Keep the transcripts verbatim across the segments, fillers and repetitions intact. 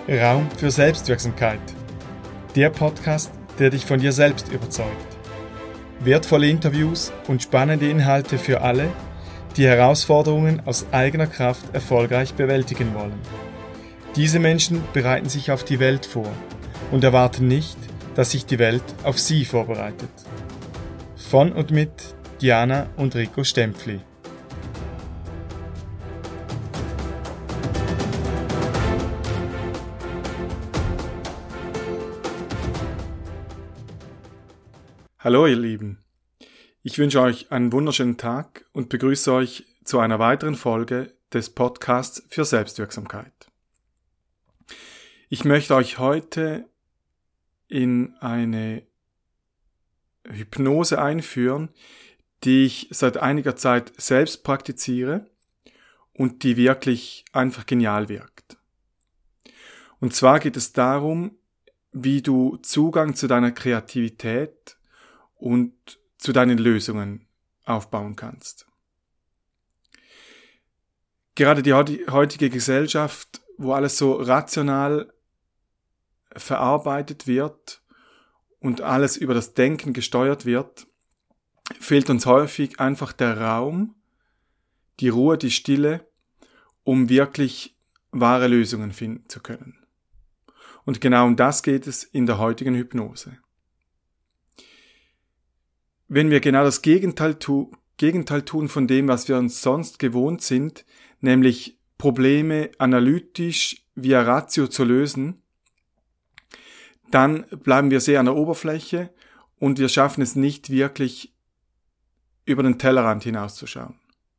Raum für Selbstwirksamkeit. Der Podcast, der dich von dir selbst überzeugt. Wertvolle Interviews und spannende Inhalte für alle, die Herausforderungen aus eigener Kraft erfolgreich bewältigen wollen. Diese Menschen bereiten sich auf die Welt vor und erwarten nicht, dass sich die Welt auf sie vorbereitet. Von und mit Diana und Rico Stempfli. Hallo ihr Lieben, ich wünsche euch einen wunderschönen Tag und begrüße euch zu einer weiteren Folge des Podcasts für Selbstwirksamkeit. Ich möchte euch heute in eine Hypnose einführen, die ich seit einiger Zeit selbst praktiziere und die wirklich einfach genial wirkt. Und zwar geht es darum, wie du Zugang zu deiner Kreativität und zu deinen Lösungen aufbauen kannst. Gerade die heutige Gesellschaft, wo alles so rational verarbeitet wird und alles über das Denken gesteuert wird, fehlt uns häufig einfach der Raum, die Ruhe, die Stille, um wirklich wahre Lösungen finden zu können. Und genau um das geht es in der heutigen Hypnose. Wenn wir genau das Gegenteil, tu, Gegenteil tun von dem, was wir uns sonst gewohnt sind, nämlich Probleme analytisch via Ratio zu lösen, dann bleiben wir sehr an der Oberfläche und wir schaffen es nicht wirklich, über den Tellerrand hinauszuschauen.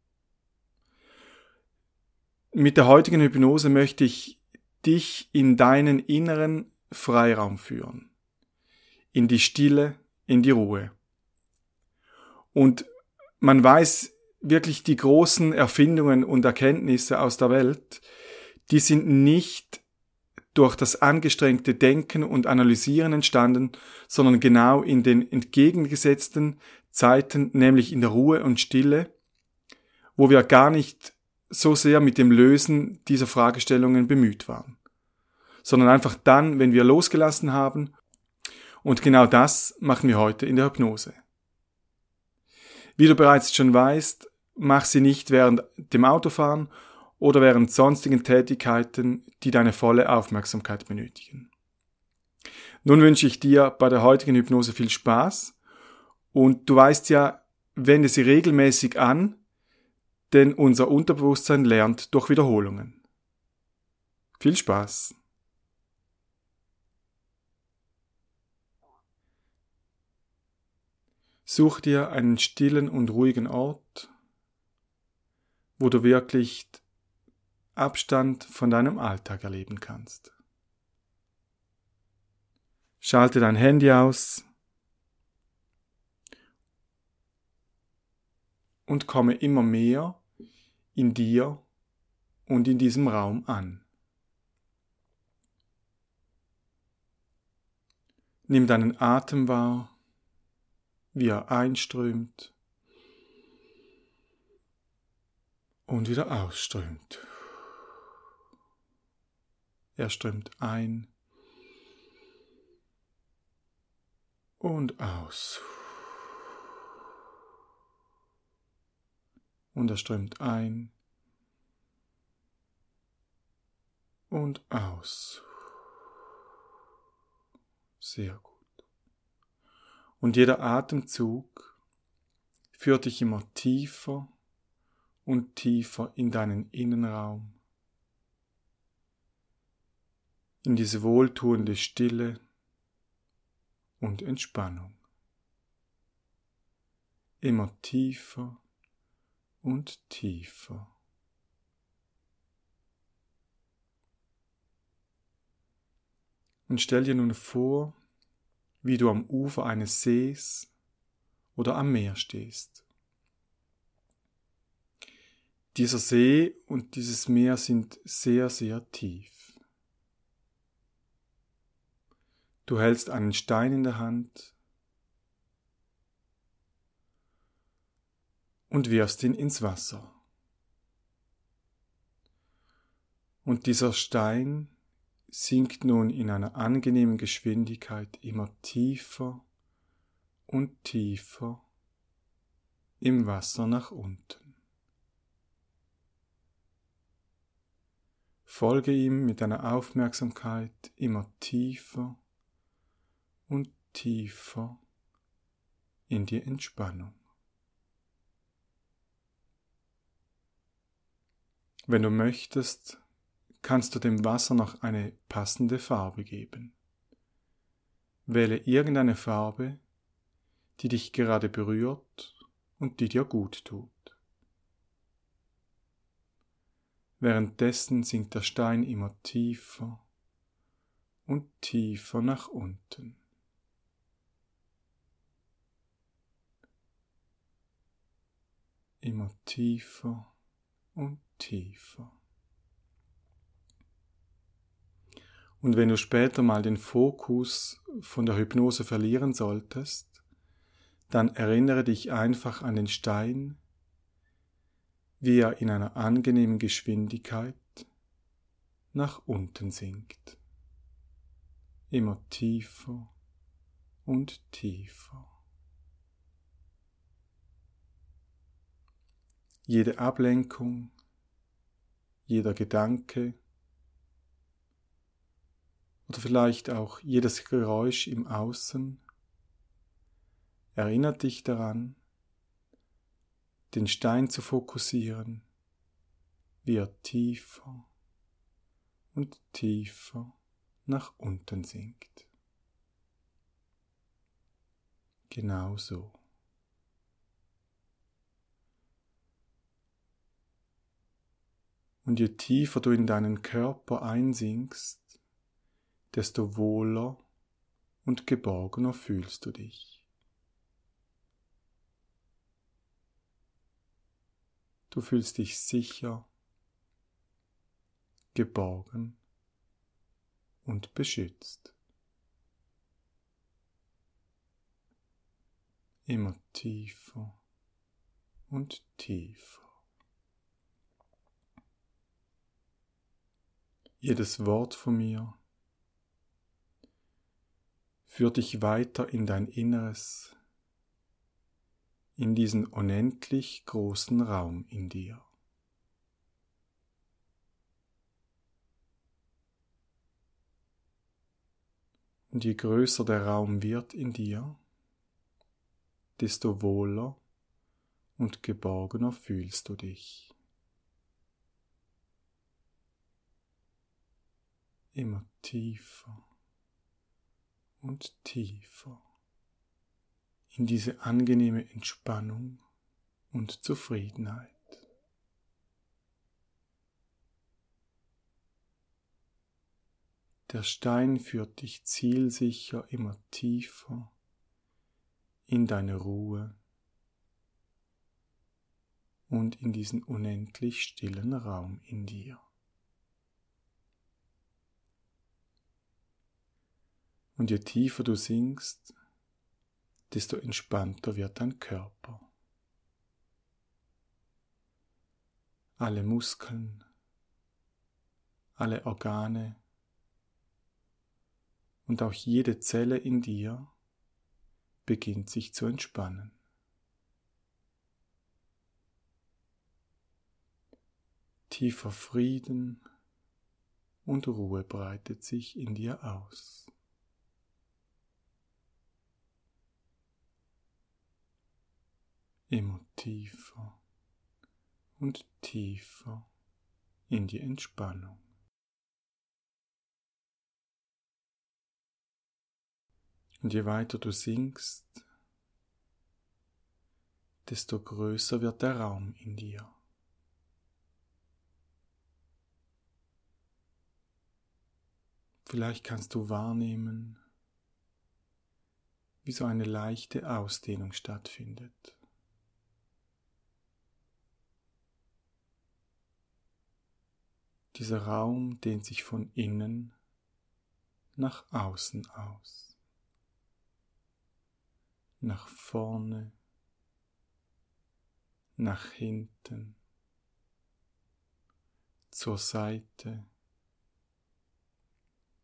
Mit der heutigen Hypnose möchte ich dich in deinen inneren Freiraum führen, in die Stille, in die Ruhe. Und man weiß wirklich, die großen Erfindungen und Erkenntnisse aus der Welt, die sind nicht durch das angestrengte Denken und Analysieren entstanden, sondern genau in den entgegengesetzten Zeiten, nämlich in der Ruhe und Stille, wo wir gar nicht so sehr mit dem Lösen dieser Fragestellungen bemüht waren, sondern einfach dann, wenn wir losgelassen haben. Und genau das machen wir heute in der Hypnose. Wie du bereits schon weißt, mach sie nicht während dem Autofahren oder während sonstigen Tätigkeiten, die deine volle Aufmerksamkeit benötigen. Nun wünsche ich dir bei der heutigen Hypnose viel Spaß und du weißt ja, wende sie regelmäßig an, denn unser Unterbewusstsein lernt durch Wiederholungen. Viel Spaß! Such dir einen stillen und ruhigen Ort, wo du wirklich Abstand von deinem Alltag erleben kannst. Schalte dein Handy aus und komme immer mehr in dir und in diesem Raum an. Nimm deinen Atem wahr, wie er einströmt und wieder ausströmt. Er strömt ein und aus. Und er strömt ein und aus. Sehr gut. Und jeder Atemzug führt dich immer tiefer und tiefer in deinen Innenraum, in diese wohltuende Stille und Entspannung. Immer tiefer und tiefer. Und stell dir nun vor, wie du am Ufer eines Sees oder am Meer stehst. Dieser See und dieses Meer sind sehr, sehr tief. Du hältst einen Stein in der Hand und wirfst ihn ins Wasser. Und dieser Stein sinkt nun in einer angenehmen Geschwindigkeit immer tiefer und tiefer im Wasser nach unten. Folge ihm mit deiner Aufmerksamkeit immer tiefer und tiefer in die Entspannung. Wenn du möchtest, kannst du dem Wasser noch eine passende Farbe geben. Wähle irgendeine Farbe, die dich gerade berührt und die dir gut tut. Währenddessen sinkt der Stein immer tiefer und tiefer nach unten. Immer tiefer und tiefer. Und wenn du später mal den Fokus von der Hypnose verlieren solltest, dann erinnere dich einfach an den Stein, wie er in einer angenehmen Geschwindigkeit nach unten sinkt. Immer tiefer und tiefer. Jede Ablenkung, jeder Gedanke oder vielleicht auch jedes Geräusch im Außen erinnert dich daran, den Stein zu fokussieren, wie er tiefer und tiefer nach unten sinkt. Genau so. Und je tiefer du in deinen Körper einsinkst, desto wohler und geborgener fühlst du dich. Du fühlst dich sicher, geborgen und beschützt. Immer tiefer und tiefer. Jedes Wort von mir führt dich weiter in dein Inneres, in diesen unendlich großen Raum in dir. Und je größer der Raum wird in dir, desto wohler und geborgener fühlst du dich. Immer tiefer und tiefer in diese angenehme Entspannung und Zufriedenheit. Der Stein führt dich zielsicher immer tiefer in deine Ruhe und in diesen unendlich stillen Raum in dir. Und je tiefer du sinkst, desto entspannter wird dein Körper. Alle Muskeln, alle Organe und auch jede Zelle in dir beginnt sich zu entspannen. Tiefer Frieden und Ruhe breitet sich in dir aus. Immer tiefer und tiefer in die Entspannung. Und je weiter du sinkst, desto größer wird der Raum in dir. Vielleicht kannst du wahrnehmen, wie so eine leichte Ausdehnung stattfindet. Dieser Raum dehnt sich von innen nach außen aus, nach vorne, nach hinten, zur Seite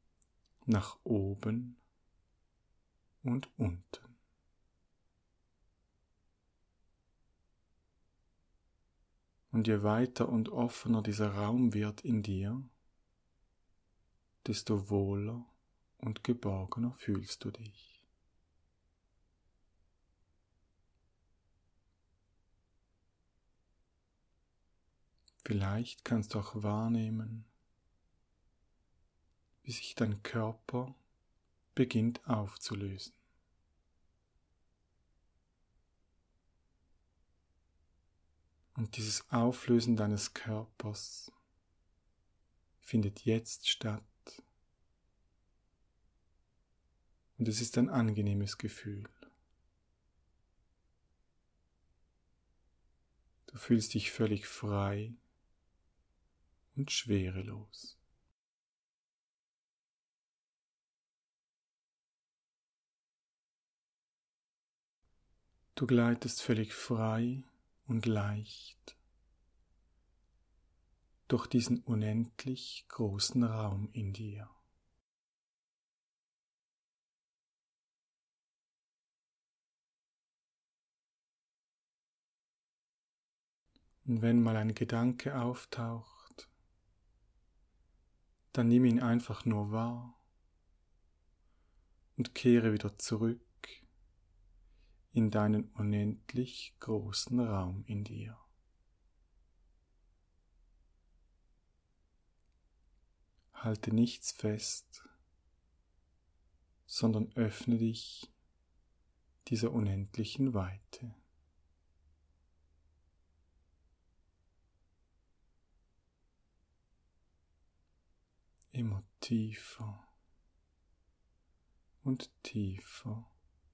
nach oben und unten. Und je weiter und offener dieser Raum wird in dir, desto wohler und geborgener fühlst du dich. Vielleicht kannst du auch wahrnehmen, wie sich dein Körper beginnt aufzulösen. Und dieses Auflösen deines Körpers findet jetzt statt. Und es ist ein angenehmes Gefühl. Du fühlst dich völlig frei und schwerelos. Du gleitest völlig frei und leicht durch diesen unendlich großen Raum in dir. Und wenn mal ein Gedanke auftaucht, dann nimm ihn einfach nur wahr und kehre wieder zurück in deinen unendlich großen Raum in dir. Halte nichts fest, sondern öffne dich dieser unendlichen Weite. Immer tiefer und tiefer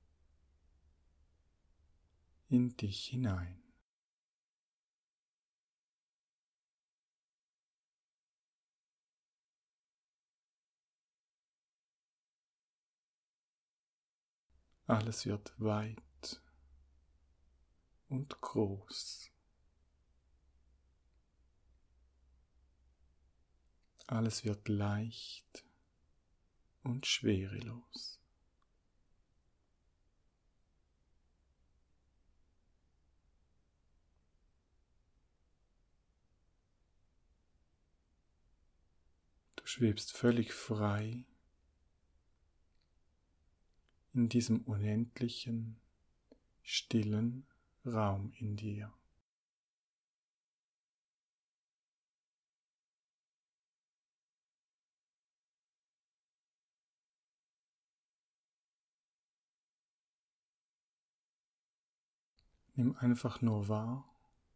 in dich hinein. Alles wird weit und groß. Alles wird leicht und schwerelos. Du schwebst völlig frei in diesem unendlichen, stillen Raum in dir. Nimm einfach nur wahr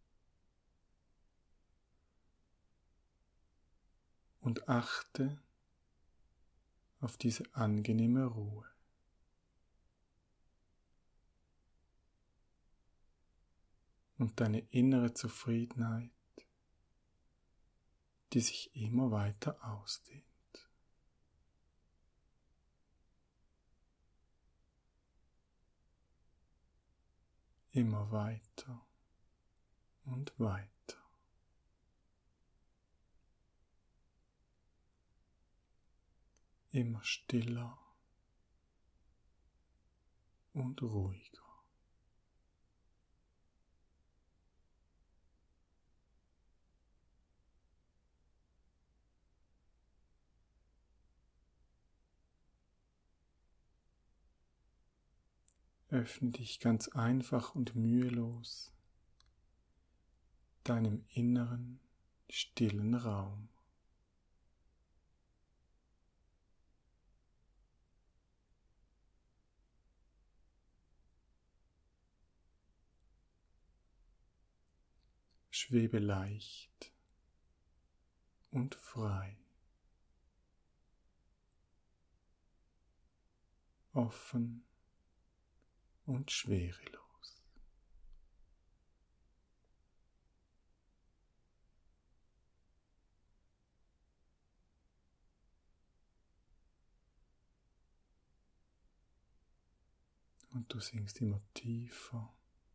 und achte auf diese angenehme Ruhe. Und deine innere Zufriedenheit, die sich immer weiter ausdehnt. Immer weiter und weiter. Immer stiller und ruhiger. Öffne dich ganz einfach und mühelos deinem inneren, stillen Raum. Schwebe leicht und frei, offen und schwerelos. Und du sinkst immer tiefer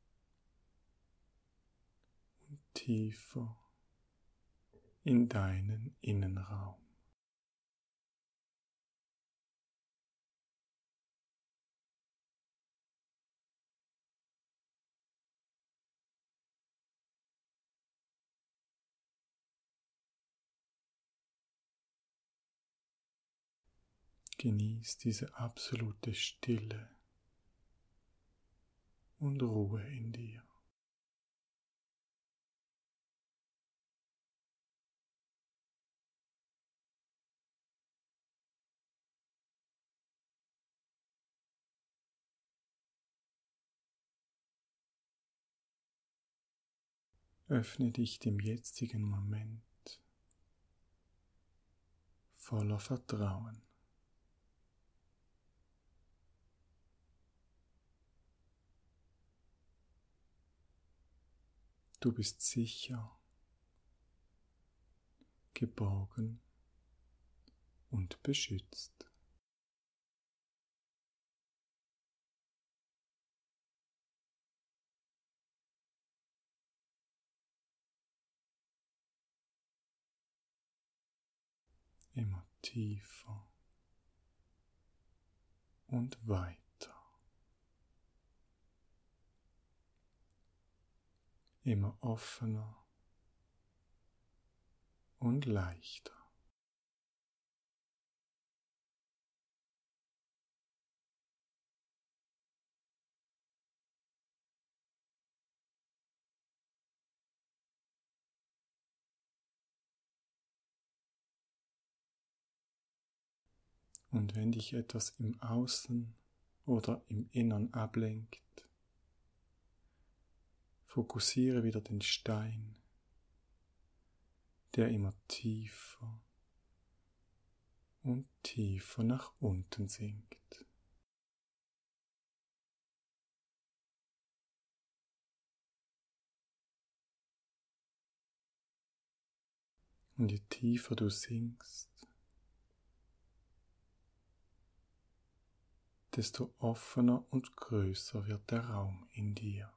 und tiefer in deinen Innenraum. Genieß diese absolute Stille und Ruhe in dir. Öffne dich dem jetzigen Moment voller Vertrauen. Du bist sicher, geborgen und beschützt. Immer tiefer und weiter. Immer offener und leichter. Und wenn dich etwas im Außen oder im Innern ablenkt, fokussiere wieder den Stein, der immer tiefer und tiefer nach unten sinkt. Und je tiefer du sinkst, desto offener und größer wird der Raum in dir.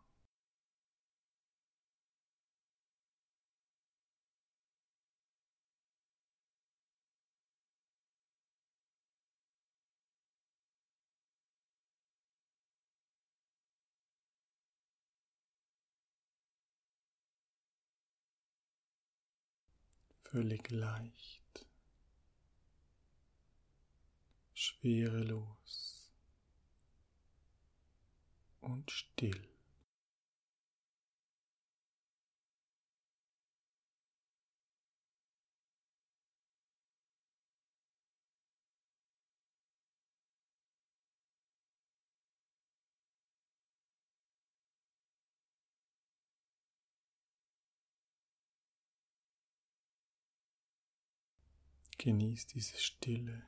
Völlig leicht, schwerelos und still. Genieß diese Stille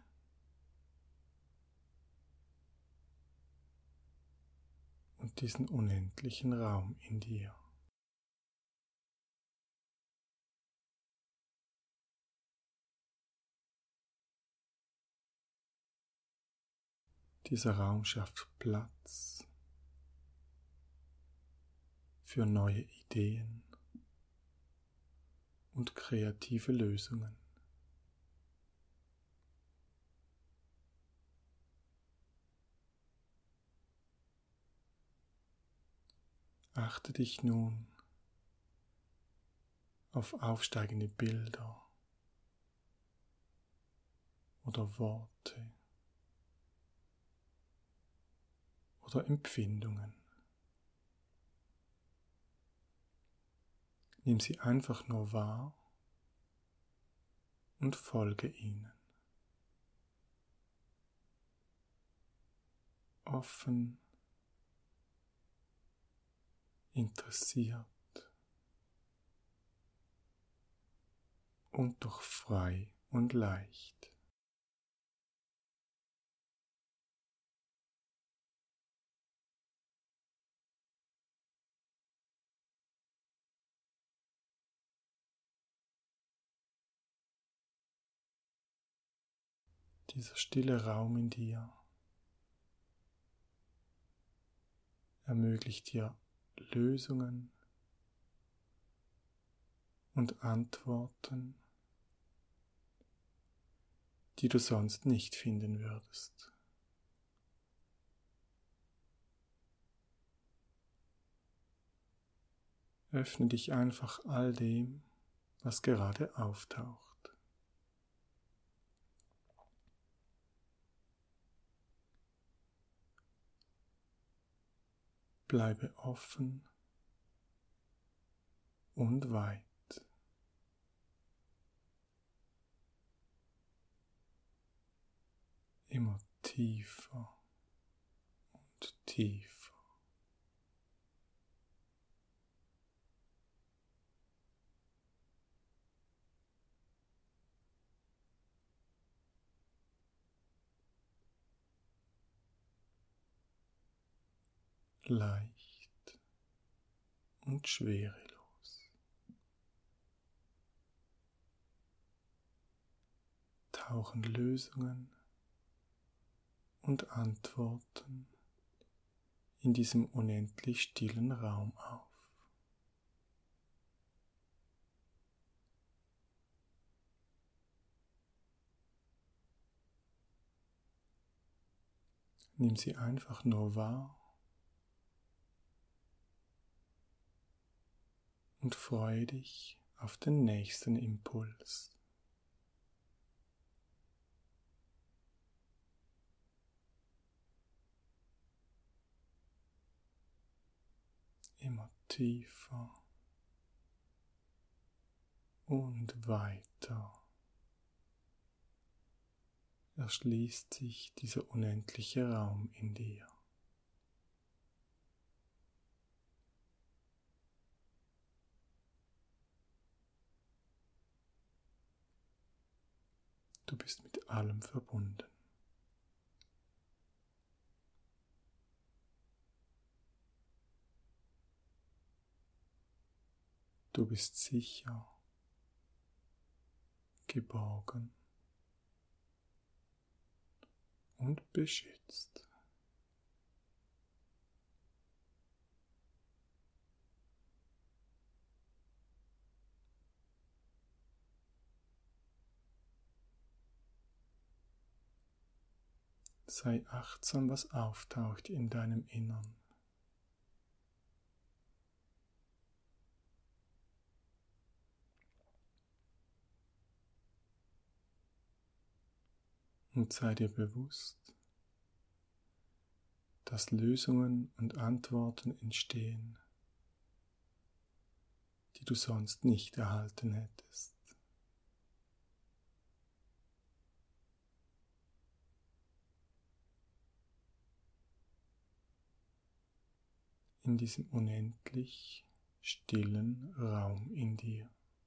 und diesen unendlichen Raum in dir. Dieser Raum schafft Platz für neue Ideen und kreative Lösungen. Achte dich nun auf aufsteigende Bilder oder Worte oder Empfindungen. Nimm sie einfach nur wahr und folge ihnen. Offen, interessiert und doch frei und leicht. Dieser stille Raum in dir ermöglicht dir Lösungen und Antworten, die du sonst nicht finden würdest. Öffne dich einfach all dem, was gerade auftaucht. Bleibe offen und weit. Immer tiefer und tiefer. Leicht und schwerelos. Tauchen Lösungen und Antworten in diesem unendlich stillen Raum auf. Nimm sie einfach nur wahr und freue dich auf den nächsten Impuls. Immer tiefer und weiter erschließt sich dieser unendliche Raum in dir. Du bist mit allem verbunden. Du bist sicher, geborgen und beschützt. Sei achtsam, was auftaucht in deinem Innern. Und sei dir bewusst, dass Lösungen und Antworten entstehen, die du sonst nicht erhalten hättest. In diesem unendlich stillen Raum in dir.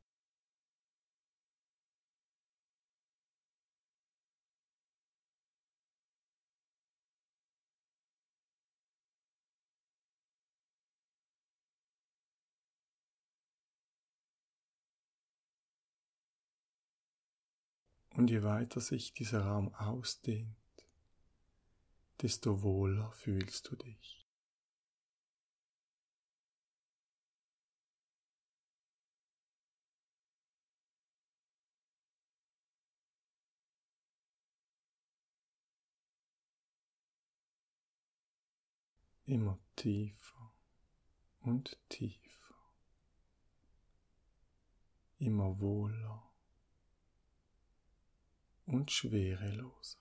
Und je weiter sich dieser Raum ausdehnt, desto wohler fühlst du dich. Immer tiefer und tiefer, immer wohler und schwereloser.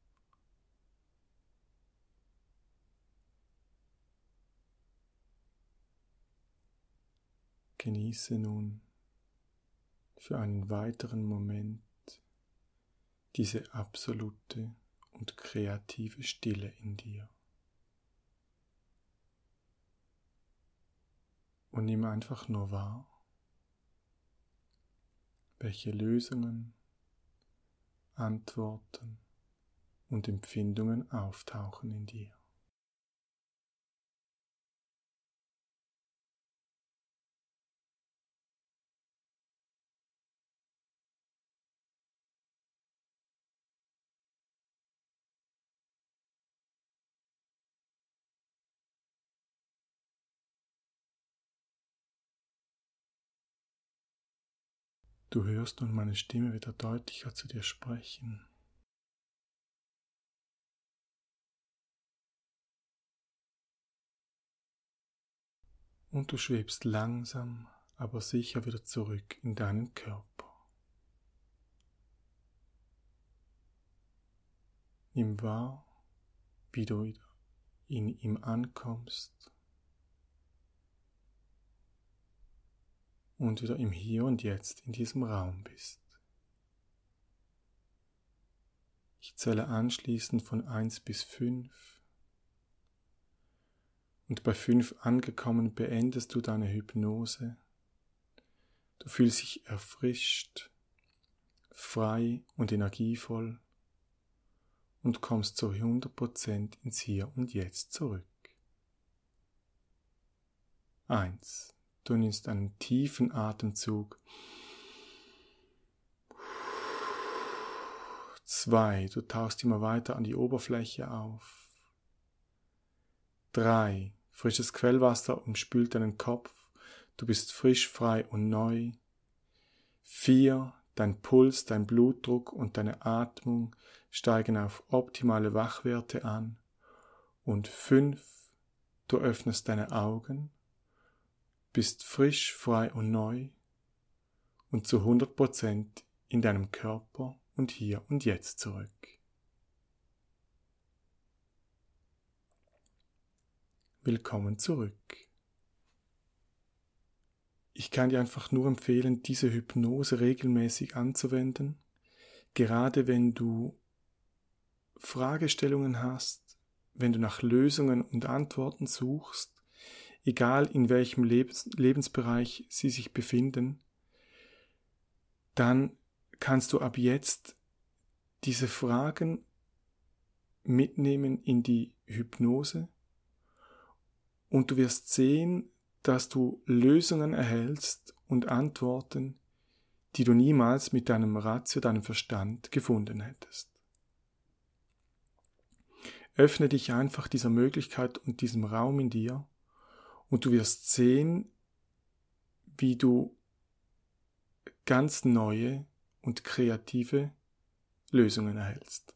Genieße nun für einen weiteren Moment diese absolute und kreative Stille in dir. Und nimm einfach nur wahr, welche Lösungen, Antworten und Empfindungen auftauchen in dir. Du hörst nun meine Stimme wieder deutlicher zu dir sprechen. Und du schwebst langsam, aber sicher wieder zurück in deinen Körper. Nimm wahr, wie du wieder in ihm ankommst und wieder im Hier und Jetzt in diesem Raum bist. Ich zähle anschließend von eins bis fünf und bei fünf angekommen beendest du deine Hypnose. Du fühlst dich erfrischt, frei und energievoll und kommst zu hundert Prozent ins Hier und Jetzt zurück. eins. Du nimmst einen tiefen Atemzug. zwei. Du tauchst immer weiter an die Oberfläche auf. drei. Frisches Quellwasser umspült deinen Kopf. Du bist frisch, frei und neu. vier. Dein Puls, dein Blutdruck und deine Atmung steigen auf optimale Wachwerte an. Und fünf. Du öffnest deine Augen, bist frisch, frei und neu und zu hundert Prozent in deinem Körper und hier und jetzt zurück. Willkommen zurück. Ich kann dir einfach nur empfehlen, diese Hypnose regelmäßig anzuwenden, gerade wenn du Fragestellungen hast, wenn du nach Lösungen und Antworten suchst, egal in welchem Lebens- Lebensbereich sie sich befinden, dann kannst du ab jetzt diese Fragen mitnehmen in die Hypnose und du wirst sehen, dass du Lösungen erhältst und Antworten, die du niemals mit deinem Ratio, deinem Verstand gefunden hättest. Öffne dich einfach dieser Möglichkeit und diesem Raum in dir und du wirst sehen, wie du ganz neue und kreative Lösungen erhältst.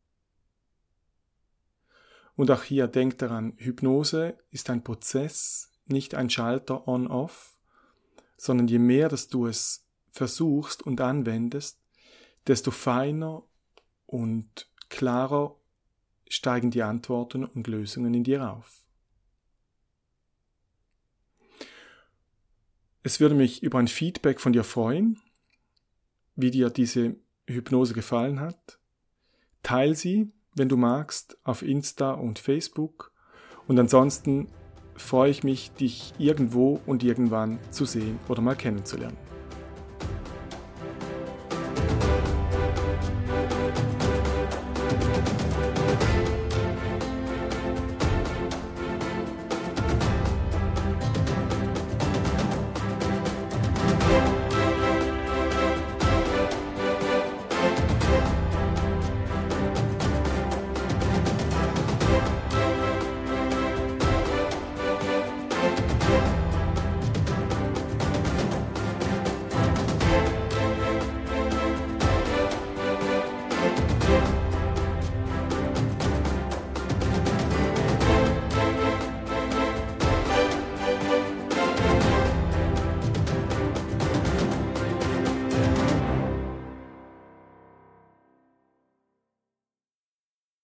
Und auch hier denk daran, Hypnose ist ein Prozess, nicht ein Schalter on-off, sondern je mehr, dass du es versuchst und anwendest, desto feiner und klarer steigen die Antworten und Lösungen in dir auf. Es würde mich über ein Feedback von dir freuen, wie dir diese Hypnose gefallen hat. Teil sie, wenn du magst, auf Insta und Facebook. Und ansonsten freue ich mich, dich irgendwo und irgendwann zu sehen oder mal kennenzulernen.